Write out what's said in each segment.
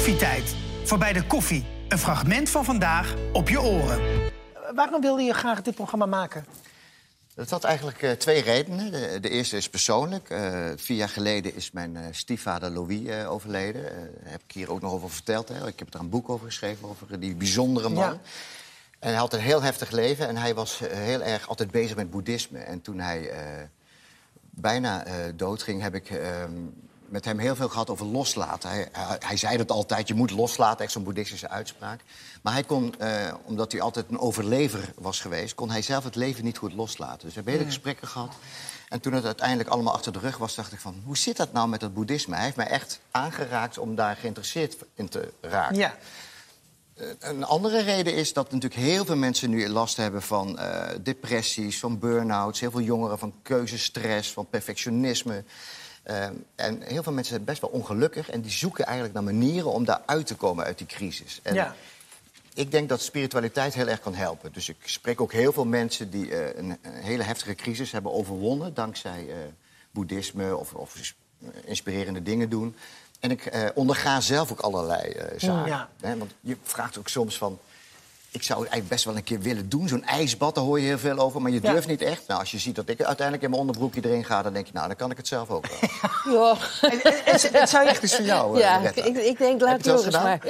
Koffietijd. Voorbij de koffie. Een fragment van vandaag op je oren. Waarom wilde je graag dit programma maken? Dat had eigenlijk 2 redenen. De eerste is persoonlijk. 4 jaar geleden is mijn stiefvader Louis overleden. Daar heb ik hier ook nog over verteld. Hè. Ik heb er een boek over geschreven, over die bijzondere man. Ja. En hij had een heel heftig leven en hij was heel erg altijd bezig met boeddhisme. En toen hij bijna doodging, heb ik met hem heel veel gehad over loslaten. Hij zei dat altijd, je moet loslaten, echt zo'n boeddhistische uitspraak. Maar hij kon, omdat hij altijd een overlever was geweest, kon hij zelf het leven niet goed loslaten. Dus we hebben hele gesprekken gehad. En toen het uiteindelijk allemaal achter de rug was, dacht ik van, hoe zit dat nou met dat boeddhisme? Hij heeft mij echt aangeraakt om daar geïnteresseerd in te raken. Ja. Een andere reden is dat natuurlijk heel veel mensen nu last hebben van depressies, van burn-outs. Heel veel jongeren van keuzestress, van perfectionisme. En heel veel mensen zijn best wel ongelukkig en die zoeken eigenlijk naar manieren om daar uit te komen uit die crisis. En ik denk dat spiritualiteit heel erg kan helpen. Dus ik spreek ook heel veel mensen die een hele heftige crisis hebben overwonnen dankzij boeddhisme of inspirerende dingen doen. En ik onderga zelf ook allerlei zaken. Ja. Hè? Want je vraagt ook soms van, ik zou het eigenlijk best wel een keer willen doen. Zo'n ijsbad, daar hoor je heel veel over, maar je durft niet echt. Nou, als je ziet dat ik uiteindelijk in mijn onderbroekje erin ga, dan denk je, nou, dan kan ik het zelf ook wel. Ja. Het zou je Echt is van jou, Ja, Retta. ik denk, laat je het Joris wel maar.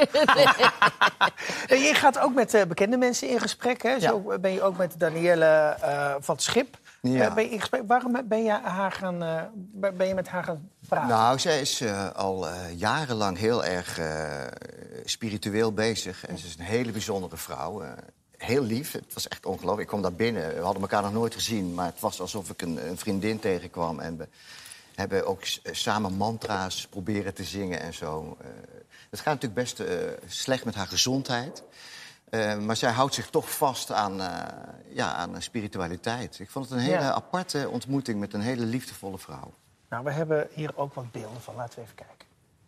Je gaat ook met bekende mensen in gesprek. Hè? Zo ben je ook met Danielle van het Schip. Ja. Ben je in gesprek. Waarom ben je met haar gaan praten? Nou, zij is al jarenlang heel erg spiritueel bezig. En ze is een hele bijzondere vrouw. Heel lief, het was echt ongelooflijk. Ik kwam daar binnen, we hadden elkaar nog nooit gezien, maar het was alsof ik een vriendin tegenkwam. En we hebben ook samen mantra's proberen te zingen en zo. Het gaat natuurlijk best slecht met haar gezondheid. Maar zij houdt zich toch vast aan spiritualiteit. Ik vond het een hele aparte ontmoeting met een hele liefdevolle vrouw. Nou, we hebben hier ook wat beelden van. Laten we even kijken.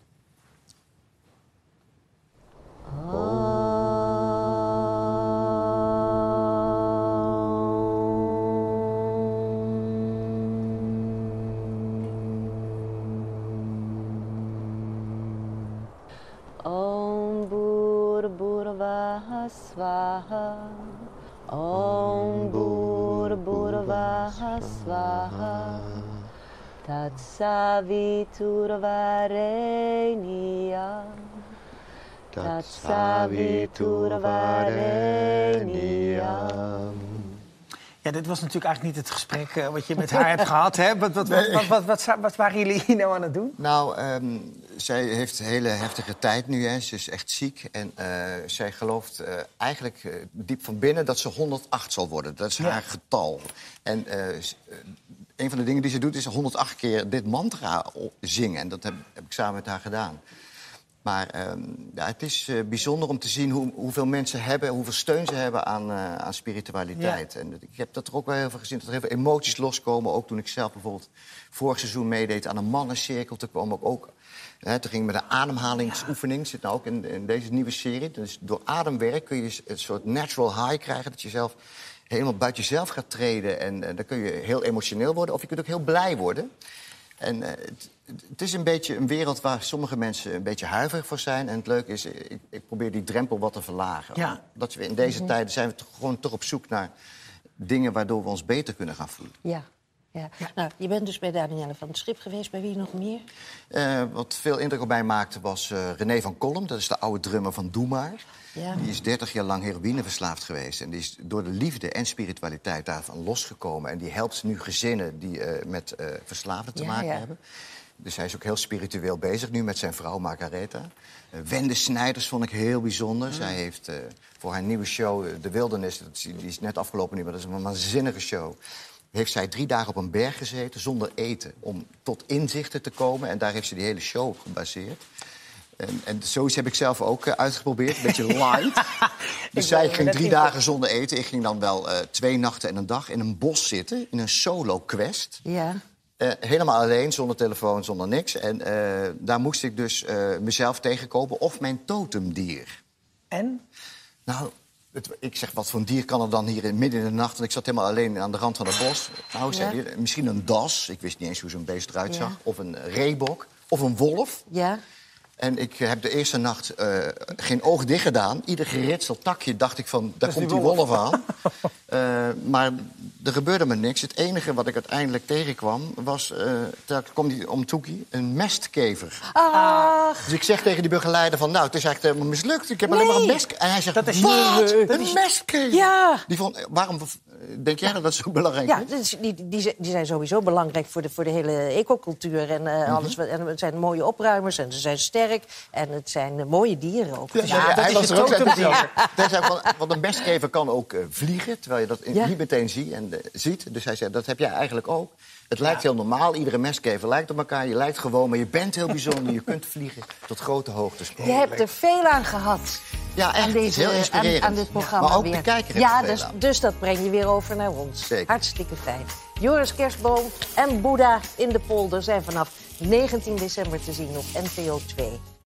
Om Bhurvah Swaha. Om Bhurvah Swaha. Tatsaviturvarenyam. Tatsaviturvarenyam. Ja, dit was natuurlijk eigenlijk niet het gesprek wat je met haar hebt gehad. Hè? Wat waren jullie hier nou aan het doen? Nou, zij heeft een hele heftige tijd nu. Hè. Ze is echt ziek. En zij gelooft eigenlijk diep van binnen dat ze 108 zal worden. Dat is haar getal. En een van de dingen die ze doet is 108 keer dit mantra zingen. En dat heb ik samen met haar gedaan. Maar het is bijzonder om te zien hoeveel mensen hebben, hoeveel steun ze hebben aan spiritualiteit. Ja. En ik heb dat er ook wel heel veel gezien, dat er heel veel emoties loskomen. Ook toen ik zelf bijvoorbeeld vorig seizoen meedeed aan een mannencirkel. Toen kwam ik ook, toen ging ik met een ademhalingsoefening, zit nou ook in deze nieuwe serie. Dus door ademwerk kun je een soort natural high krijgen, dat je zelf helemaal buiten jezelf gaat treden. En dan kun je heel emotioneel worden, of je kunt ook heel blij worden. En het is een beetje een wereld waar sommige mensen een beetje huiverig voor zijn. En het leuke is, ik probeer die drempel wat te verlagen. Ja. Dat we in deze tijden zijn we gewoon toch op zoek naar dingen waardoor we ons beter kunnen gaan voelen. Ja. Nou, je bent dus bij Danielle van het Schip geweest. Bij wie nog meer? Wat veel indruk op mij maakte was René van Kolm. Dat is de oude drummer van Doe Maar. Ja. Die is 30 jaar lang heroïneverslaafd geweest. En die is door de liefde en spiritualiteit daarvan losgekomen. En die helpt nu gezinnen die met verslaafden te maken hebben. Dus hij is ook heel spiritueel bezig nu met zijn vrouw Margaretha. Wende Snijders vond ik heel bijzonder. Zij heeft voor haar nieuwe show, De Wildernis, die is net afgelopen nu, maar dat is een waanzinnige show. Heeft zij 3 dagen op een berg gezeten zonder eten om tot inzichten te komen. En daar heeft ze die hele show op gebaseerd. En zoiets heb ik zelf ook uitgeprobeerd, een beetje light. Dus zij ging 3 dagen zonder eten. Ik ging dan wel 2 nachten en een dag in een bos zitten, in een solo-quest. Ja. Helemaal alleen, zonder telefoon, zonder niks. En daar moest ik dus mezelf tegenkomen of mijn totemdier. En? Nou, ik zeg, wat voor een dier kan er dan hier midden in de nacht? En ik zat helemaal alleen aan de rand van het bos. Nou, zei hij, misschien een das. Ik wist niet eens hoe zo'n beest eruit zag. Of een reebok. Of een wolf. Ja. En ik heb de eerste nacht geen oog dicht gedaan. Ieder geritseld takje dacht ik van, daar komt die wolf aan. Maar er gebeurde me niks. Het enige wat ik uiteindelijk tegenkwam was, daar kwam die om Toekie, een mestkever. Ach. Dus ik zeg tegen die begeleider van, nou, het is eigenlijk helemaal mislukt. Ik heb alleen maar een mestkever. En hij zegt, Dat is wat? niet- Een mestkever? Ja. Die vond, waarom denk jij dat zo belangrijk Ja, is? dus die zijn sowieso belangrijk voor de hele ecocultuur en alles. En het zijn mooie opruimers en ze zijn sterk. En het zijn mooie dieren ook. Dus Ja, dat hij is was je er ook totemdier. Hij zei van, want een mestkever kan ook vliegen, terwijl je dat Ja. niet meteen ziet. Dus hij zei, dat heb jij eigenlijk ook. Het lijkt heel normaal, iedere mestkever lijkt op elkaar. Je lijkt gewoon, maar je bent heel bijzonder. Je kunt vliegen tot grote hoogtes. je hebt er veel aan gehad. Ja, echt. Aan, Het is heel inspirerend. aan dit programma maar ook weer. de kijker heeft Ja, er veel aan. dus dat breng je weer over naar ons. Zeker. Hartstikke fijn. Joris Kerstboom en Boeddha in de polder zijn vanaf 19 december te zien op NPO 2.